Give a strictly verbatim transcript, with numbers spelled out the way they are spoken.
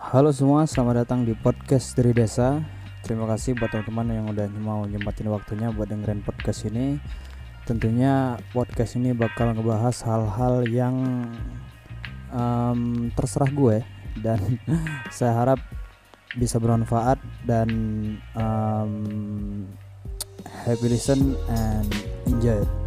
Halo semua, selamat datang di podcast dari desa. Terima kasih buat teman-teman yang udah mau nyempatin waktunya buat dengerin podcast ini. Tentunya podcast ini bakal ngebahas hal-hal yang um, terserah gue dan saya harap bisa bermanfaat dan um, happy listen and enjoy it.